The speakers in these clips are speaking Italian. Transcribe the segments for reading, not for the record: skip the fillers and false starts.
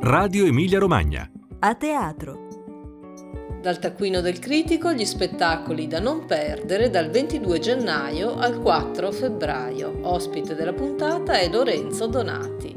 Radio Emilia Romagna. A teatro. Dal taccuino del critico gli spettacoli da non perdere dal 22 gennaio al 4 febbraio. Ospite della puntata è Lorenzo Donati.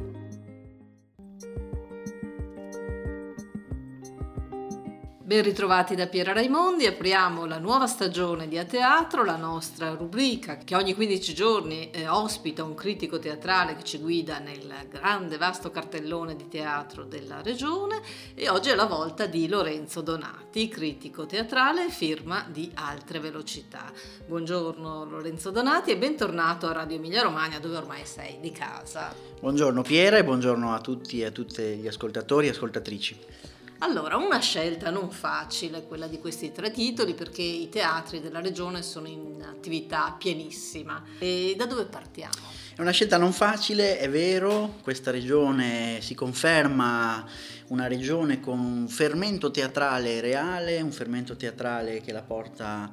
Ben ritrovati da Piera Raimondi, apriamo la nuova stagione di A Teatro, la nostra rubrica che ogni 15 giorni ospita un critico teatrale che ci guida nel grande vasto cartellone di teatro della regione, e oggi è la volta di Lorenzo Donati, critico teatrale, firma di Altre Velocità. Buongiorno Lorenzo Donati e bentornato a Radio Emilia Romagna, dove ormai sei di casa. Buongiorno Piera e buongiorno a tutti e a tutte gli ascoltatori e ascoltatrici. Allora, una scelta non facile quella di questi tre titoli, perché i teatri della regione sono in attività pienissima. E da dove partiamo? È una scelta non facile, è vero, questa regione si conferma una regione con un fermento teatrale reale, un fermento teatrale che la porta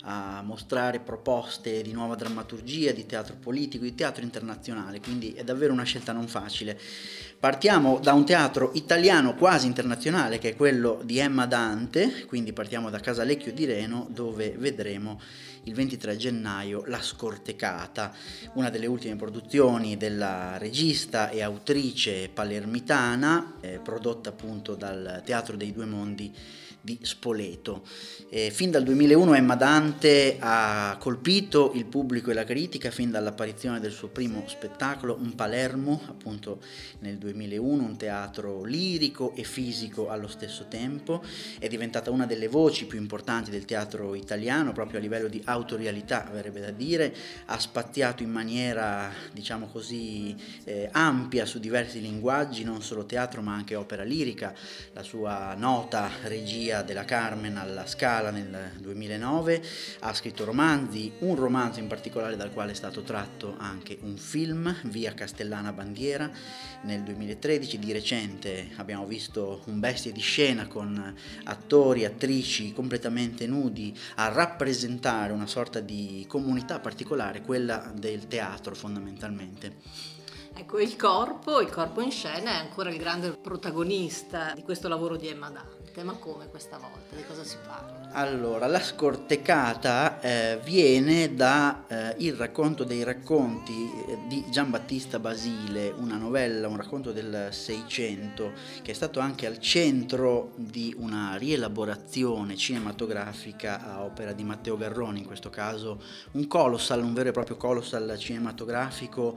a mostrare proposte di nuova drammaturgia, di teatro politico, di teatro internazionale, quindi è davvero una scelta non facile. Partiamo da un teatro italiano quasi internazionale, che è quello di Emma Dante, quindi partiamo da Casalecchio di Reno, dove vedremo il 23 gennaio La Scortecata, una delle ultime produzioni della regista e autrice palermitana, prodotta appunto dal Teatro dei Due Mondi di Spoleto. Fin dal 2001 Emma Dante ha colpito il pubblico e la critica fin dall'apparizione del suo primo spettacolo, Un Palermo, appunto nel 2001, un teatro lirico e fisico allo stesso tempo. È diventata una delle voci più importanti del teatro italiano, proprio a livello di autorialità, verrebbe da dire. Ha spaziato in maniera, diciamo così, ampia su diversi linguaggi, non solo teatro ma anche opera lirica. La sua nota regia della Carmen alla Scala nel 2009, ha scritto romanzi, un romanzo in particolare dal quale è stato tratto anche un film, Via Castellana Bandiera, nel 2013. Di recente abbiamo visto un Bestie di scena con attori, attrici completamente nudi a rappresentare una sorta di comunità particolare, quella del teatro fondamentalmente. Ecco, il corpo in scena è ancora il grande protagonista di questo lavoro di Emma Dante. Ma come questa volta? Di cosa si parla? Allora, La Scortecata viene da il racconto dei racconti di Giambattista Basile, una novella, un racconto del Seicento, che è stato anche al centro di una rielaborazione cinematografica a opera di Matteo Garrone, in questo caso un colossal, un vero e proprio colossal cinematografico,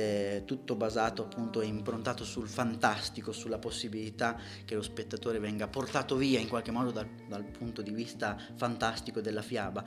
tutto basato appunto e improntato sul fantastico, sulla possibilità che lo spettatore venga portato via in qualche modo dal punto di vista fantastico della fiaba.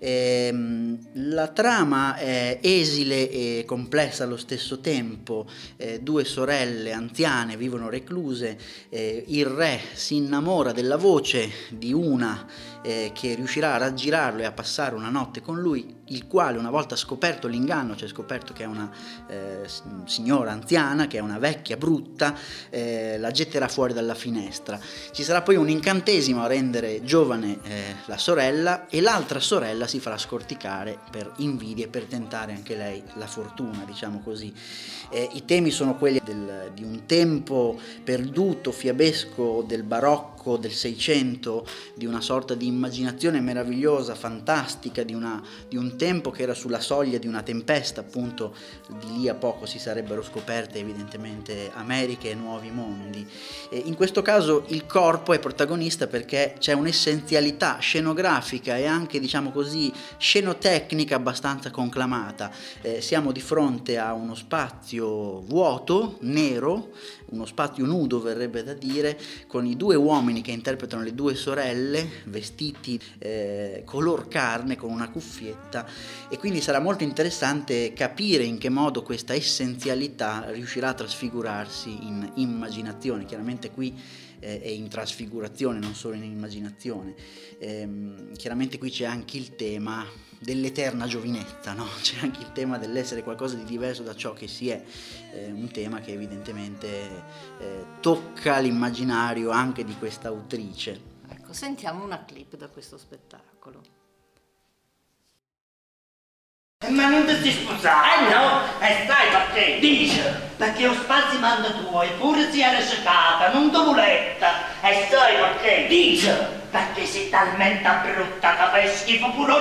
La trama è esile e complessa allo stesso tempo. Due sorelle anziane vivono recluse, il re si innamora della voce di una che riuscirà a raggirarlo e a passare una notte con lui, il quale, una volta scoperto l'inganno, cioè scoperto che è una signora anziana, che è una vecchia brutta, la getterà fuori dalla finestra. Ci sarà poi un incantesimo a rendere giovane la sorella, e l'altra sorella si farà scorticare per invidia e per tentare anche lei la fortuna, diciamo così. I temi sono quelli di un tempo perduto, fiabesco, del barocco, del Seicento, di una sorta di immaginazione meravigliosa, fantastica, di un tempo che era sulla soglia di una tempesta, appunto. Di lì a poco si sarebbero scoperte evidentemente Americhe e nuovi mondi. In questo caso il corpo è protagonista perché c'è un'essenzialità scenografica e anche, diciamo così, scenotecnica abbastanza conclamata. Siamo di fronte a uno spazio vuoto, nero, uno spazio nudo verrebbe da dire, con i due uomini che interpretano le due sorelle vestiti color carne con una cuffietta, e quindi sarà molto interessante capire in che modo questa essenzialità riuscirà a trasfigurarsi in immaginazione. Chiaramente qui è in trasfigurazione, non solo in immaginazione. Chiaramente qui c'è anche il tema dell'eterna giovinezza, no? C'è anche il tema dell'essere qualcosa di diverso da ciò che si è, un tema che evidentemente tocca l'immaginario anche di questa autrice. Ecco, sentiamo una clip da questo spettacolo. Ma non ti scusare? No, e sai perché? Dice! Perché ho spazimando tuo, eppure si era scecata, non t'ho voletta. E sai perché? Dice! Perché sei talmente brutta che fai schifo pure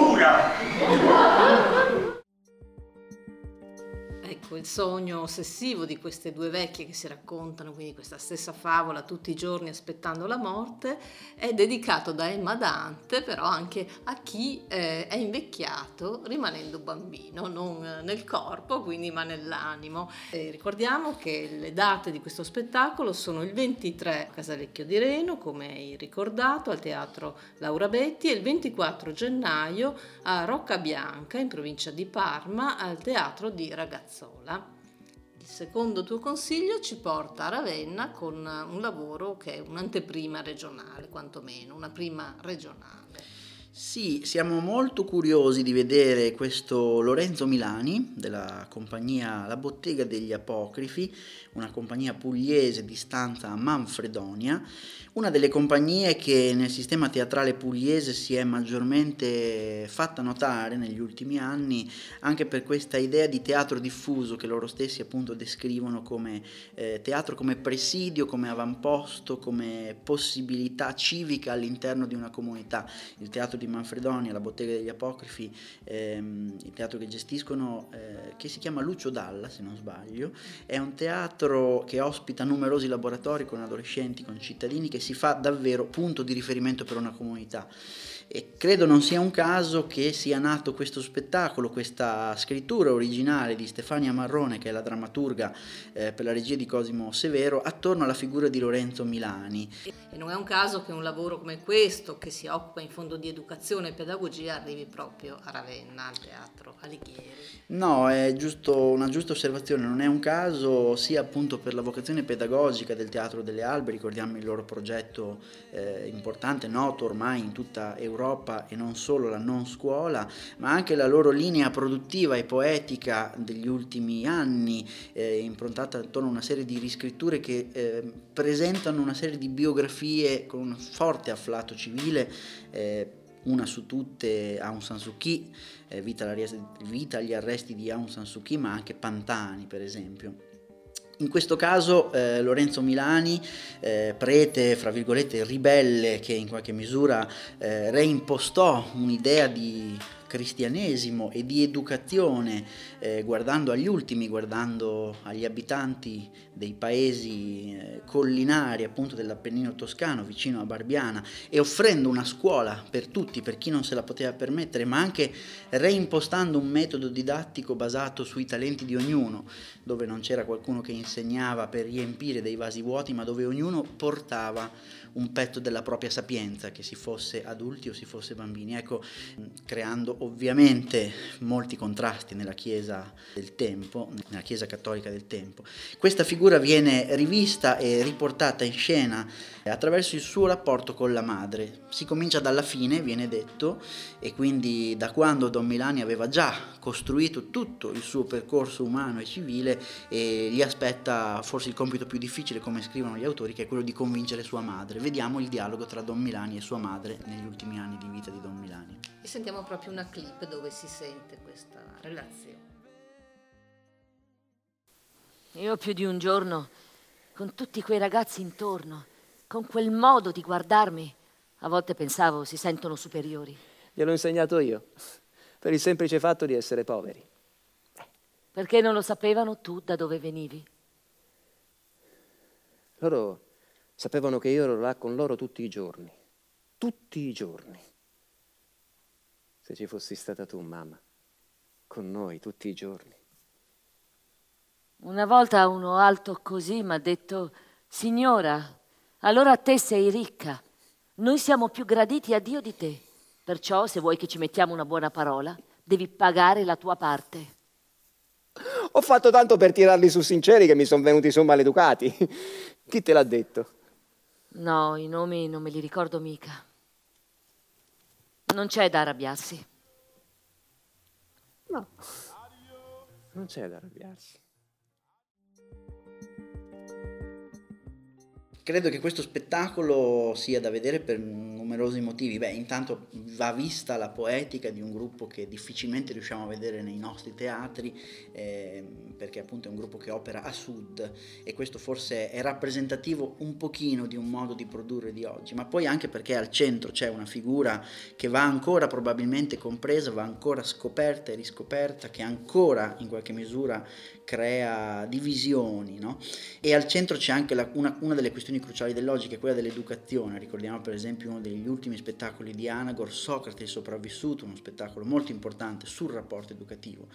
oscuro. Ecco, il sogno ossessivo di queste due vecchie che si raccontano, quindi questa stessa favola tutti i giorni aspettando la morte, è dedicato da Emma Dante però anche a chi è invecchiato rimanendo bambino, non nel corpo quindi ma nell'animo. Ricordiamo che le date di questo spettacolo sono il 23 a Casalecchio di Reno, come hai ricordato, al Teatro Laura Betti, e il 24 gennaio a Roccabianca, in provincia di Parma, al Teatro di Ragazzola. Il secondo tuo consiglio ci porta a Ravenna con un lavoro che è un'anteprima regionale, quantomeno, una prima regionale. Sì, siamo molto curiosi di vedere questo Lorenzo Milani della compagnia La Bottega degli Apocrifi, una compagnia pugliese di stanza a Manfredonia, una delle compagnie che nel sistema teatrale pugliese si è maggiormente fatta notare negli ultimi anni, anche per questa idea di teatro diffuso che loro stessi appunto descrivono come teatro come presidio, come avamposto, come possibilità civica all'interno di una comunità. Il teatro di Manfredonia, La Bottega degli Apocrifi, il teatro che gestiscono, che si chiama Lucio Dalla se non sbaglio, è un teatro che ospita numerosi laboratori con adolescenti, con cittadini, che si fa davvero punto di riferimento per una comunità. E credo non sia un caso che sia nato questo spettacolo, questa scrittura originale di Stefania Marrone, che è la drammaturga per la regia di Cosimo Severo, attorno alla figura di Lorenzo Milani. E non è un caso che un lavoro come questo, che si occupa in fondo di educazione e pedagogia, arrivi proprio a Ravenna, al Teatro Alighieri. No, è una giusta osservazione, non è un caso, sia appunto per la vocazione pedagogica del Teatro delle Albe. Ricordiamo il loro progetto importante, noto ormai in tutta Europa e non solo, la non scuola, ma anche la loro linea produttiva e poetica degli ultimi anni, improntata attorno a una serie di riscritture che presentano una serie di biografie con un forte afflato civile, una su tutte Aung San Suu Kyi, vita agli arresti di Aung San Suu Kyi, ma anche Pantani per esempio. In questo caso Lorenzo Milani, prete, fra virgolette, ribelle, che in qualche misura reimpostò un'idea di cristianesimo e di educazione, guardando agli ultimi, guardando agli abitanti dei paesi collinari appunto dell'Appennino toscano vicino a Barbiana, e offrendo una scuola per tutti, per chi non se la poteva permettere, ma anche reimpostando un metodo didattico basato sui talenti di ognuno, dove non c'era qualcuno che insegnava per riempire dei vasi vuoti, ma dove ognuno portava un pezzo della propria sapienza, che si fosse adulti o si fosse bambini, ecco, creando ovviamente molti contrasti nella Chiesa del tempo, nella Chiesa cattolica del tempo. Questa figura viene rivista e riportata in scena attraverso il suo rapporto con la madre. Si comincia dalla fine, viene detto, e quindi da quando Don Milani aveva già costruito tutto il suo percorso umano e civile, e gli aspetta forse il compito più difficile, come scrivono gli autori, che è quello di convincere sua madre. Vediamo il dialogo tra Don Milani e sua madre negli ultimi anni di vita di Don Milani. E sentiamo proprio una clip dove si sente questa relazione. Io più di un giorno, con tutti quei ragazzi intorno, con quel modo di guardarmi, a volte pensavo si sentono superiori. Gliel'ho insegnato io, per il semplice fatto di essere poveri. Perché non lo sapevano tu da dove venivi? Loro sapevano che io ero là con loro tutti i giorni. Tutti i giorni. Se ci fossi stata tu, mamma, con noi tutti i giorni. Una volta uno alto così mi ha detto: signora, allora te sei ricca. Noi siamo più graditi a Dio di te. Perciò, se vuoi che ci mettiamo una buona parola, devi pagare la tua parte. Ho fatto tanto per tirarli su sinceri che mi sono venuti su maleducati. Chi te l'ha detto? No, i nomi non me li ricordo mica. Non c'è da arrabbiarsi. No, non c'è da arrabbiarsi. Credo che questo spettacolo sia da vedere per numerosi numerosi motivi. Intanto va vista la poetica di un gruppo che difficilmente riusciamo a vedere nei nostri teatri, perché appunto è un gruppo che opera a sud, e questo forse è rappresentativo un pochino di un modo di produrre di oggi, ma poi anche perché al centro c'è una figura che va ancora probabilmente compresa, va ancora scoperta e riscoperta, che ancora in qualche misura crea divisioni, no? E al centro c'è anche una delle questioni cruciali dell'oggi, che è quella dell'educazione. Ricordiamo per esempio uno degli ultimi spettacoli di Anagor, Socrate il sopravvissuto, uno spettacolo molto importante sul rapporto educativo.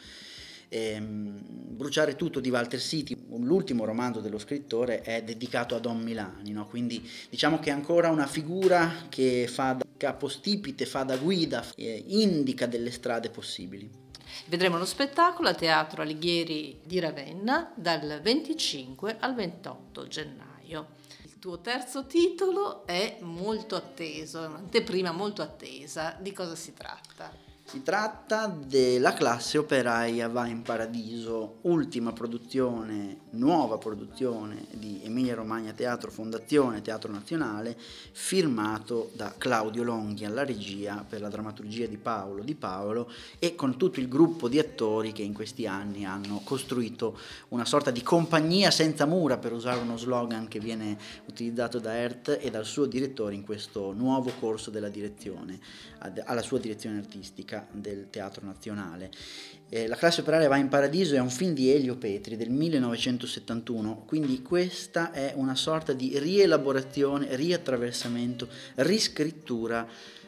Bruciare tutto di Walter City, l'ultimo romanzo dello scrittore, è dedicato a Don Milani, no? Quindi diciamo che è ancora una figura che fa da capostipite, fa da guida, indica delle strade possibili. Vedremo lo spettacolo al Teatro Alighieri di Ravenna dal 25 al 28 gennaio. Il tuo terzo titolo è molto atteso, è un'anteprima molto attesa. Di cosa si tratta? Si tratta della Classe Operaia va in Paradiso, ultima produzione, nuova produzione di Emilia Romagna Teatro Fondazione Teatro Nazionale, firmato da Claudio Longhi alla regia per la drammaturgia di Paolo Di Paolo, e con tutto il gruppo di attori che in questi anni hanno costruito una sorta di compagnia senza mura, per usare uno slogan che viene utilizzato da Ert e dal suo direttore in questo nuovo corso della direzione, alla sua direzione artistica del Teatro Nazionale. La Classe Operaia va in Paradiso è un film di Elio Petri del 1971, quindi questa è una sorta di rielaborazione, riattraversamento, riscrittura,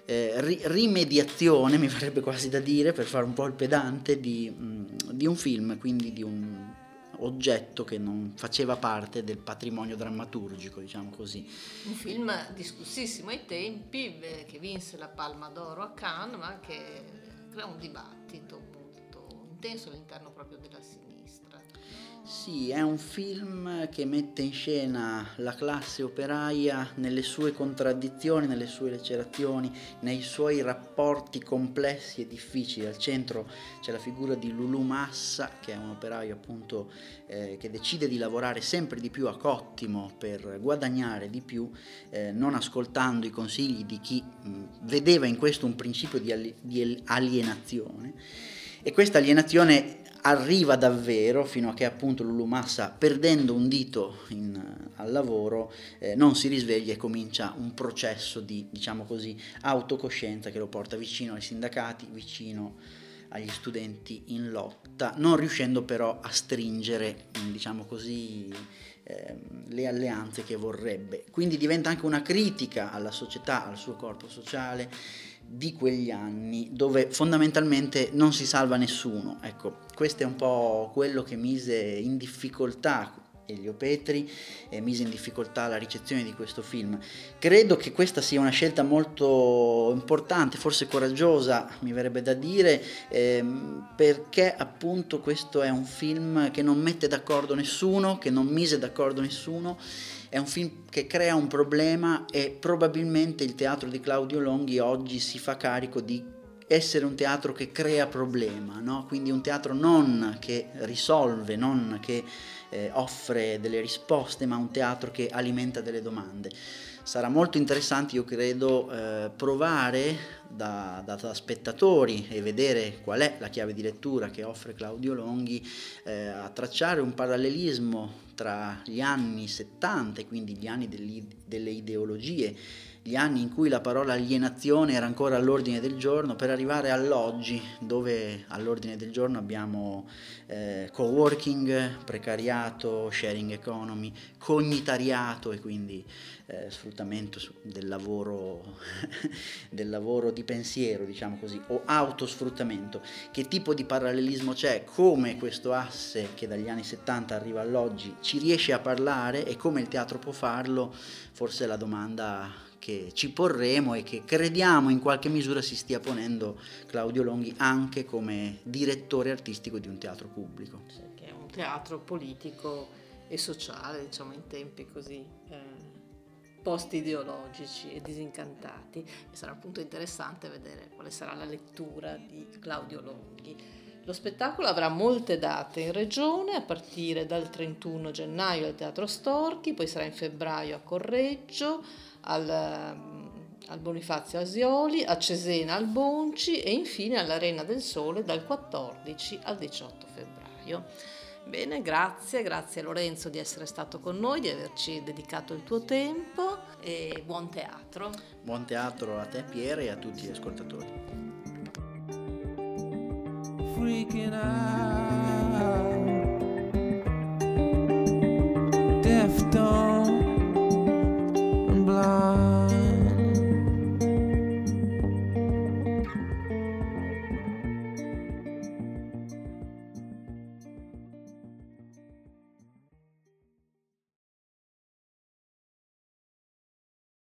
rimediazione, mi verrebbe quasi da dire, per fare un po' il pedante, di un film, quindi di un oggetto che non faceva parte del patrimonio drammaturgico, diciamo così. Un film discussissimo ai tempi, che vinse la Palma d'Oro a Cannes, ma che crea un dibattito molto intenso all'interno proprio della sinistra. Sì, è un film che mette in scena la classe operaia nelle sue contraddizioni, nelle sue lacerazioni, nei suoi rapporti complessi e difficili. Al centro c'è la figura di Lulù Massa, che è un operaio appunto che decide di lavorare sempre di più a cottimo per guadagnare di più, non ascoltando i consigli di chi vedeva in questo un principio di alienazione. E questa alienazione arriva davvero fino a che appunto Lulù Massa, perdendo un dito al lavoro, non si risveglia e comincia un processo di, diciamo così, autocoscienza che lo porta vicino ai sindacati, vicino agli studenti in lotta, non riuscendo però a stringere, diciamo così, le alleanze che vorrebbe. Quindi diventa anche una critica alla società, al suo corpo sociale di quegli anni, dove fondamentalmente non si salva nessuno. Ecco, questo è un po' quello che mise in difficoltà Elio Petri, mise in difficoltà la ricezione di questo film. Credo che questa sia una scelta molto importante, forse coraggiosa, mi verrebbe da dire, perché appunto questo è un film che non mette d'accordo nessuno, che non mise d'accordo nessuno. È un film che crea un problema e probabilmente il teatro di Claudio Longhi oggi si fa carico di essere un teatro che crea problema, no? Quindi un teatro non che risolve, non che offre delle risposte, ma un teatro che alimenta delle domande. Sarà molto interessante, io credo, provare da spettatori e vedere qual è la chiave di lettura che offre Claudio Longhi, a tracciare un parallelismo tra gli anni 70, quindi gli anni delle ideologie, gli anni in cui la parola alienazione era ancora all'ordine del giorno, per arrivare all'oggi, dove all'ordine del giorno abbiamo coworking, precariato, sharing economy, cognitariato e quindi sfruttamento del lavoro di pensiero, diciamo così, o autosfruttamento. Che tipo di parallelismo c'è? Come questo asse che dagli anni 70 arriva all'oggi ci riesce a parlare e come il teatro può farlo? Forse è la domanda che ci porremo e che crediamo in qualche misura si stia ponendo Claudio Longhi anche come direttore artistico di un teatro pubblico. Che è un teatro politico e sociale, diciamo, in tempi così post-ideologici e disincantati, e sarà appunto interessante vedere quale sarà la lettura di Claudio Longhi. Lo spettacolo avrà molte date in regione, a partire dal 31 gennaio al Teatro Storchi, poi sarà in febbraio a Correggio, al al Bonifazio Asioli, a Cesena al Bonci e infine all'Arena del Sole dal 14 al 18 febbraio. Bene, grazie Lorenzo di essere stato con noi, di averci dedicato il tuo tempo e buon teatro. Buon teatro a te Piera e a tutti gli ascoltatori. Freaking out, deaf, dumb.